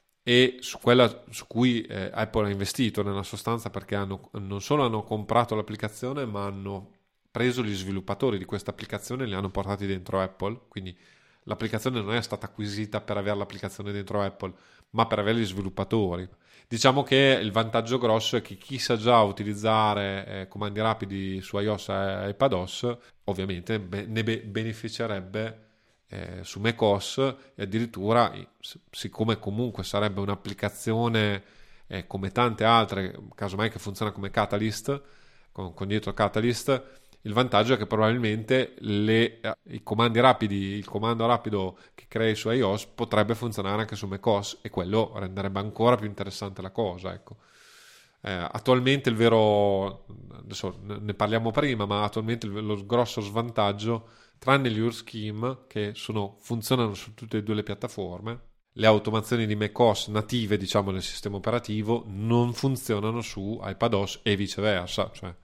e su quella su cui eh, Apple ha investito nella sostanza, perché hanno, non solo hanno comprato l'applicazione ma hanno preso gli sviluppatori di questa applicazione e li hanno portati dentro Apple, quindi l'applicazione non è stata acquisita per avere l'applicazione dentro Apple, ma per avere gli sviluppatori. Diciamo che il vantaggio grosso è che chi sa già utilizzare eh, comandi rapidi su iOS e iPadOS, ovviamente be- ne be- beneficerebbe eh, su macOS e addirittura, siccome comunque sarebbe un'applicazione eh, come tante altre, casomai che funziona come Catalyst, con, con dietro Catalyst, Il vantaggio è che probabilmente le, i comandi rapidi, il comando rapido che crei su iOS potrebbe funzionare anche su macOS, e quello renderebbe ancora più interessante la cosa, ecco. Eh, attualmente il vero, adesso ne parliamo prima, ma attualmente il, lo grosso svantaggio, tranne gli UrScheme che sono, funzionano su tutte e due le piattaforme, le automazioni di macOS native, diciamo, del sistema operativo non funzionano su iPadOS e viceversa, cioè,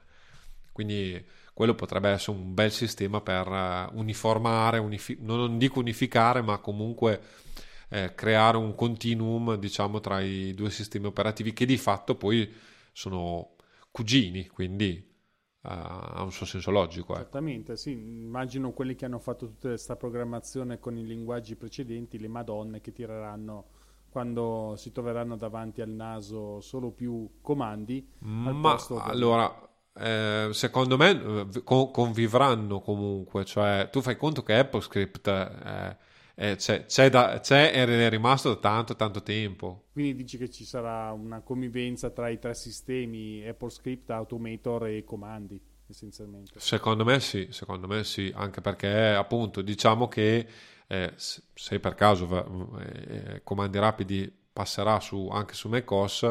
quindi quello potrebbe essere un bel sistema per uh, uniformare, unifi- non dico unificare, ma comunque eh, creare un continuum, diciamo, tra i due sistemi operativi che di fatto poi sono cugini, quindi uh, ha un suo senso logico. Ecco. Esattamente, sì, immagino quelli che hanno fatto tutta questa programmazione con i linguaggi precedenti, le madonne che tireranno quando si troveranno davanti al naso solo più comandi. Al Ma posto del... allora... Eh, secondo me eh, con- convivranno comunque, cioè tu fai conto che AppleScript eh, eh, c'è, c'è, da, c'è ed è rimasto da tanto tanto tempo. Quindi dici che ci sarà una convivenza tra i tre sistemi, AppleScript, Automator e comandi, essenzialmente. Secondo me sì, secondo me sì, anche perché appunto diciamo che eh, se se per caso va- eh, comandi rapidi passerà su, anche su macOS,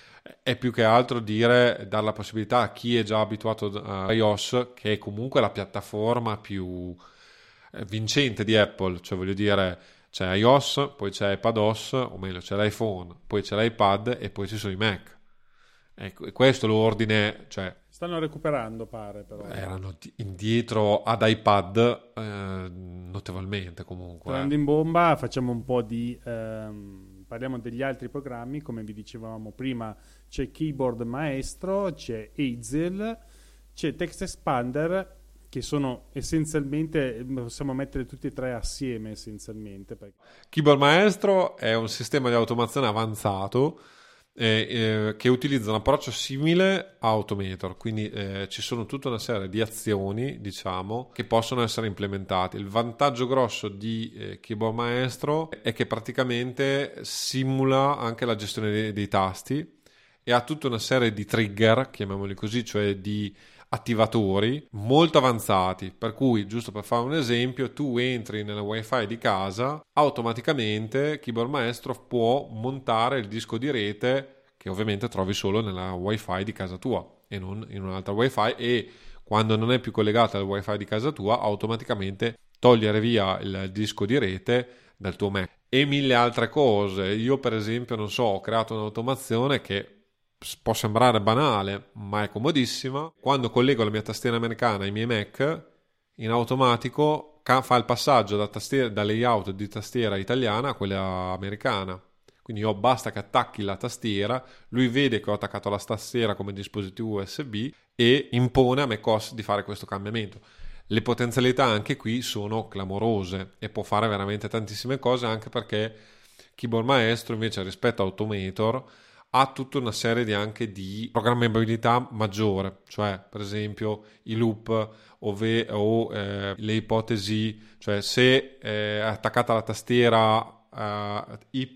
è più che altro dire, dare la possibilità a chi è già abituato a iOS, che è comunque la piattaforma più eh, vincente di Apple, cioè voglio dire c'è iOS, poi c'è iPadOS, o meglio c'è l'iPhone, poi c'è l'iPad e poi ci sono i Mac. Ecco, e questo l'ordine, cioè Stanno recuperando, pare, però. erano di- indietro ad iPad eh, notevolmente comunque. Tornando eh. in bomba, facciamo un po' di... ehm, parliamo degli altri programmi, come vi dicevamo prima, c'è Keyboard Maestro, c'è Hazel, c'è Text Expander, che sono essenzialmente, possiamo mettere tutti e tre assieme essenzialmente. Perché... Keyboard Maestro è un sistema di automazione avanzato eh, eh, che utilizza un approccio simile a Automator, quindi eh, ci sono tutta una serie di azioni, diciamo, che possono essere implementate. Il vantaggio grosso di eh, Keyboard Maestro è che praticamente simula anche la gestione dei, dei tasti e ha tutta una serie di trigger, chiamiamoli così, cioè di attivatori molto avanzati, per cui, giusto per fare un esempio, tu entri nella wifi di casa, automaticamente Keyboard Maestro può montare il disco di rete che ovviamente trovi solo nella wifi di casa tua e non in un'altra wifi, e quando non è più collegata al wifi di casa tua automaticamente togliere via il disco di rete dal tuo Mac e mille altre cose. Io per esempio, non so, ho creato un'automazione che può sembrare banale, ma è comodissima. Quando collego la mia tastiera americana ai miei Mac, in automatico ca- fa il passaggio da, tastiera, da layout di tastiera italiana a quella americana. Quindi io basta che attacchi la tastiera, lui vede che ho attaccato la tastiera come dispositivo U S B e impone a macOS di fare questo cambiamento. Le potenzialità anche qui sono clamorose e può fare veramente tantissime cose, anche perché Keyboard Maestro invece rispetto a Automator ha tutta una serie di anche di programmabilità maggiore, cioè per esempio i loop o, ve- o eh, le ipotesi, cioè se è attaccata la tastiera eh, Y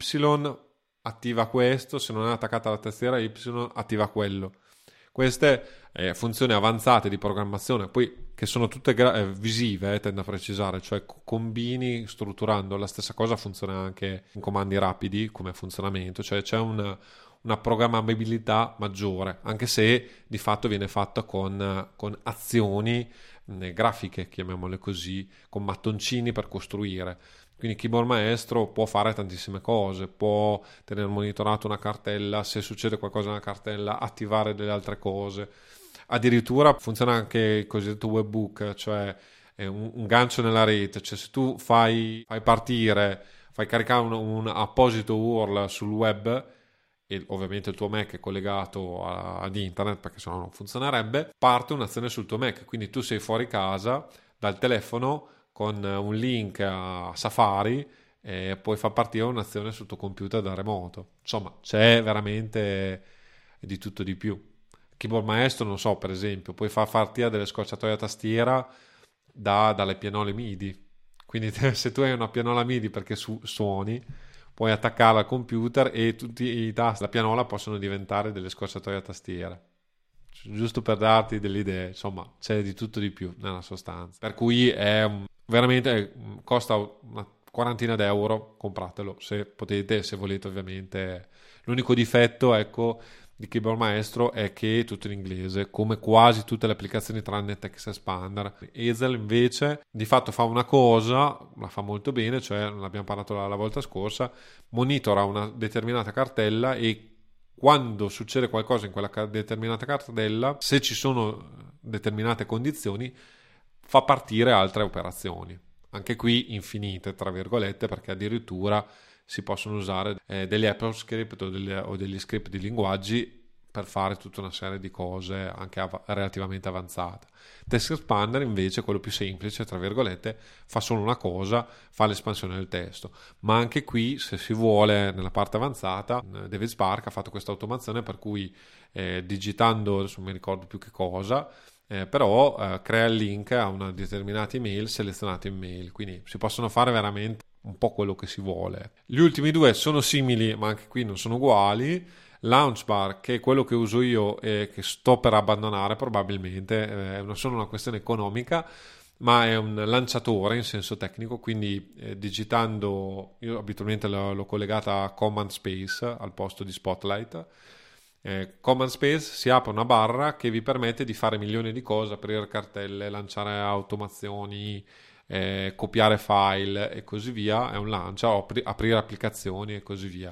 attiva questo, se non è attaccata la tastiera Y attiva quello. Queste eh, funzioni avanzate di programmazione, poi che sono tutte gra- eh, visive, eh, tendo a precisare, cioè combini strutturando, la stessa cosa funziona anche in comandi rapidi come funzionamento, cioè c'è un una programmabilità maggiore, anche se di fatto viene fatta con, con azioni eh, grafiche, chiamiamole così, con mattoncini per costruire. Quindi Keyboard Maestro può fare tantissime cose, può tenere monitorato una cartella, se succede qualcosa nella cartella attivare delle altre cose. Addirittura funziona anche il cosiddetto webhook, cioè è un, un gancio nella rete, cioè se tu fai, fai partire, fai caricare un, un apposito U R L sul web e ovviamente il tuo Mac è collegato a, ad internet, perché sennò non funzionerebbe, parte un'azione sul tuo Mac, quindi tu sei fuori casa dal telefono con un link a Safari e puoi far partire un'azione sul tuo computer da remoto. Insomma, c'è veramente di tutto di più. Keyboard Maestro, non so, per esempio, puoi far partire delle scorciatoie a tastiera da, dalle pianole MIDI, quindi te, se tu hai una pianola MIDI perché su, suoni, puoi attaccarla al computer e tutti i tasti della pianola possono diventare delle scorciatoie a tastiera. giusto per darti delle idee, insomma c'è di tutto di più nella sostanza, per cui è un, veramente costa una quarantina d'euro, compratelo se potete, se volete ovviamente. L'unico difetto, ecco, di Keyboard Maestro è che è tutto in inglese, come quasi tutte le applicazioni tranne TextExpander. Ezel invece di fatto fa una cosa, la fa molto bene, cioè, l'abbiamo parlato la, la volta scorsa, monitora una determinata cartella e quando succede qualcosa in quella determinata cartella, se ci sono determinate condizioni, fa partire altre operazioni. Anche qui infinite, tra virgolette, perché addirittura si possono usare eh, degli AppleScript o, delle, o degli script di linguaggi per fare tutta una serie di cose anche av- relativamente avanzate. TextExpander invece, quello più semplice, tra virgolette, fa solo una cosa, fa l'espansione del testo. Ma anche qui, se si vuole, nella parte avanzata, David Spark ha fatto questa automazione per cui eh, digitando, adesso non mi ricordo più che cosa, Eh, però eh, crea il link a una determinata email selezionata in mail, quindi si possono fare veramente un po' quello che si vuole. Gli ultimi due sono simili ma anche qui non sono uguali. Launchbar, che è quello che uso io e che sto per abbandonare probabilmente, eh, non solo una questione economica ma è un lanciatore in senso tecnico, quindi eh, digitando, io abitualmente l'ho, l'ho collegata a Command Space al posto di Spotlight. Eh, Command Space si apre una barra che vi permette di fare milioni di cose, aprire cartelle, lanciare automazioni, eh, copiare file e così via. È un lancia, o apri- aprire applicazioni e così via.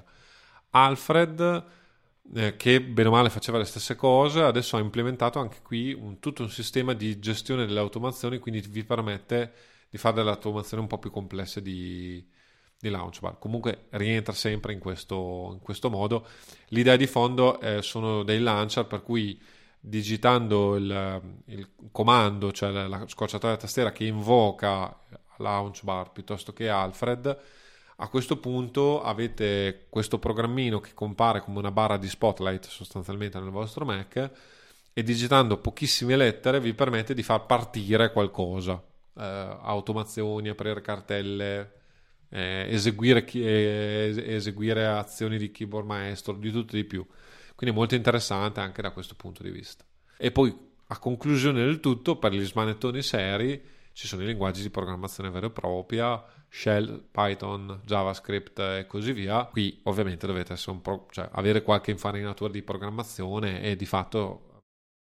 Alfred, eh, che bene o male faceva le stesse cose, adesso ha implementato anche qui un, tutto un sistema di gestione delle automazioni, quindi vi permette di fare delle automazioni un po' più complesse di di Launchbar. Comunque rientra sempre in questo, in questo modo. L'idea di fondo eh, sono dei launcher per cui digitando il, il comando, cioè la, la scorciatoia della tastiera che invoca Launchbar piuttosto che Alfred, a questo punto avete questo programmino che compare come una barra di Spotlight sostanzialmente nel vostro Mac e digitando pochissime lettere vi permette di far partire qualcosa, eh, automazioni, aprire cartelle, Eh, eseguire, eh, eseguire azioni di Keyboard Maestro, di tutto e di più, quindi molto interessante anche da questo punto di vista. E poi a conclusione del tutto, per gli smanettoni seri ci sono i linguaggi di programmazione vera e propria, Shell, Python, JavaScript e così via. Qui ovviamente dovete essere un pro, cioè avere qualche infarinatura di programmazione e di fatto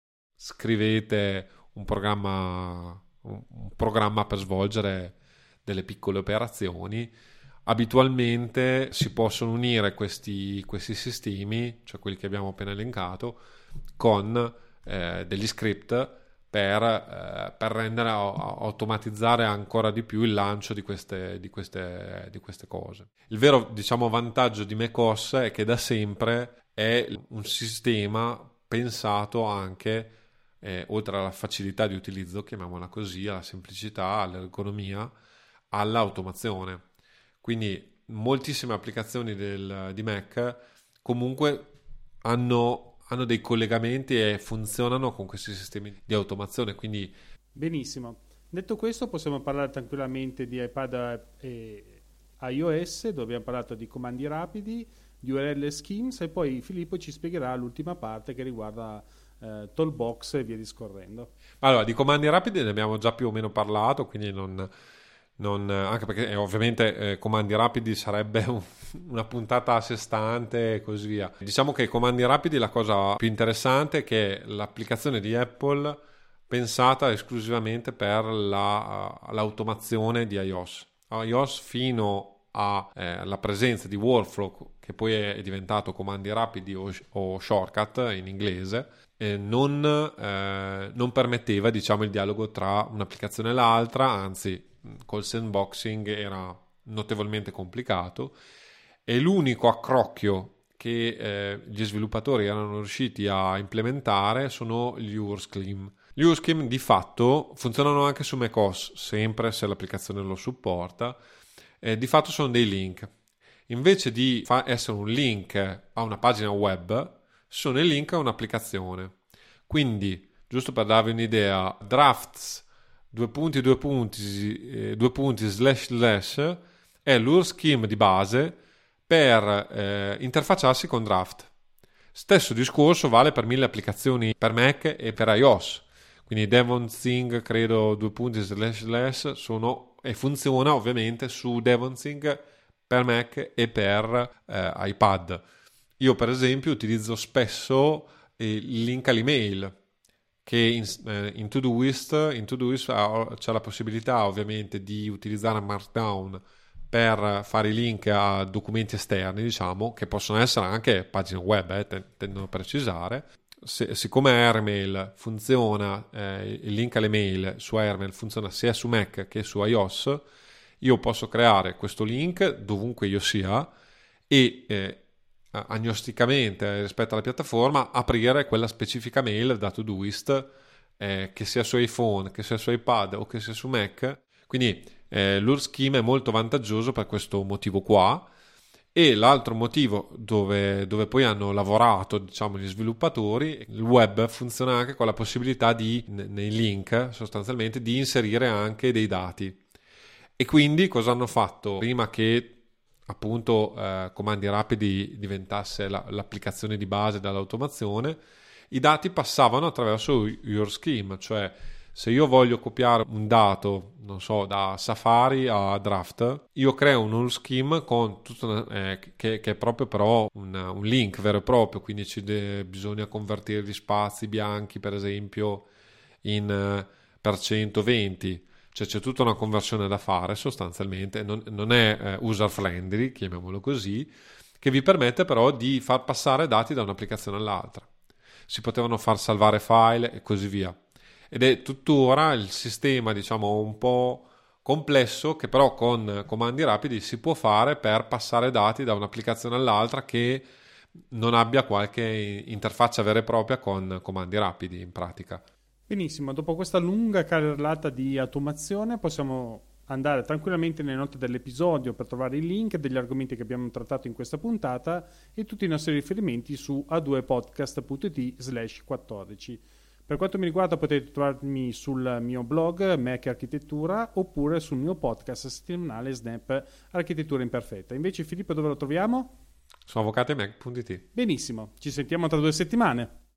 scrivete un programma un, un programma per svolgere delle piccole operazioni. Abitualmente si possono unire questi, questi sistemi, cioè quelli che abbiamo appena elencato, con eh, degli script per, eh, per rendere automatizzare ancora di più il lancio di queste, di queste, di queste cose. Il vero, diciamo, vantaggio di macOS è che da sempre è un sistema pensato anche eh, oltre alla facilità di utilizzo, chiamiamola così, alla semplicità, all'ergonomia, all'automazione. Quindi moltissime applicazioni del, di Mac comunque hanno, hanno dei collegamenti e funzionano con questi sistemi di automazione. Quindi benissimo. Detto questo, possiamo parlare tranquillamente di iPad e iOS, dove abbiamo parlato di comandi rapidi, di U R L schemes, e poi Filippo ci spiegherà l'ultima parte che riguarda eh, Toolbox e via discorrendo. Allora, di comandi rapidi ne abbiamo già più o meno parlato, quindi non... Non, anche perché eh, ovviamente eh, comandi rapidi sarebbe un, una puntata a sé stante e così via. Diciamo che i comandi rapidi, la cosa più interessante è che l'applicazione di Apple pensata esclusivamente per la, l'automazione di iOS. iOS fino alla eh, presenza di Workflow, che poi è diventato comandi rapidi o, o shortcut in inglese, eh, non, eh, non permetteva, diciamo, il dialogo tra un'applicazione e l'altra, anzi col sandboxing era notevolmente complicato, e l'unico accrocchio che eh, gli sviluppatori erano riusciti a implementare sono gli U R scheme. Gli U R scheme di fatto funzionano anche su macOS, sempre se l'applicazione lo supporta. Eh, di fatto sono dei link. Invece di fa- essere un link a una pagina web, sono i link a un'applicazione. Quindi, giusto per darvi un'idea, Drafts due punti due punti eh, due punti slash slash è l'U R scheme di base per eh, interfacciarsi con Draft. Stesso discorso vale per mille applicazioni per Mac e per iOS. Quindi DevonThing, credo, due punti slash slash, sono e funziona ovviamente su DevonThing per Mac e per eh, iPad. Io per esempio utilizzo spesso eh, il link all'email, che in, eh, in Todoist, in Todoist ha, c'è la possibilità ovviamente di utilizzare Markdown per fare i link a documenti esterni, diciamo, che possono essere anche pagine web, eh, tendo a precisare. Se, siccome Airmail funziona, eh, il link alle mail su Airmail funziona sia su Mac che su iOS, io posso creare questo link dovunque io sia e eh, agnosticamente rispetto alla piattaforma aprire quella specifica mail da Todoist, eh, che sia su iPhone, che sia su iPad o che sia su Mac. Quindi eh, l'Ur Scheme è molto vantaggioso per questo motivo qua. E l'altro motivo dove, dove poi hanno lavorato, diciamo, gli sviluppatori, il web funziona anche con la possibilità di, nei link sostanzialmente, di inserire anche dei dati. E quindi cosa hanno fatto? Prima che appunto eh, comandi rapidi diventasse la, l'applicazione di base dell'automazione, i dati passavano attraverso Your Scheme, cioè se io voglio copiare un dato, non so, da Safari a Draft, io creo un Your Scheme con tutto una, eh, che, che è proprio però un, un link vero e proprio, quindi ci de, bisogna convertire gli spazi bianchi per esempio in eh, per centoventi. Cioè c'è tutta una conversione da fare sostanzialmente, non, non è eh, user friendly, chiamiamolo così, che vi permette però di far passare dati da un'applicazione all'altra. Si potevano far salvare file e così via. Ed è tuttora il sistema, diciamo, un po' complesso che però con comandi rapidi si può fare per passare dati da un'applicazione all'altra che non abbia qualche interfaccia vera e propria con comandi rapidi in pratica. Benissimo, dopo questa lunga carrellata di automazione possiamo andare tranquillamente nelle note dell'episodio per trovare i link degli argomenti che abbiamo trattato in questa puntata e tutti i nostri riferimenti su a due podcast punto it slash quattordici. Per quanto mi riguarda potete trovarmi sul mio blog Mac Architettura oppure sul mio podcast settimanale Snap Architettura Imperfetta. Invece Filippo, dove lo troviamo? Su avvocati mac punto it. Benissimo, ci sentiamo tra due settimane.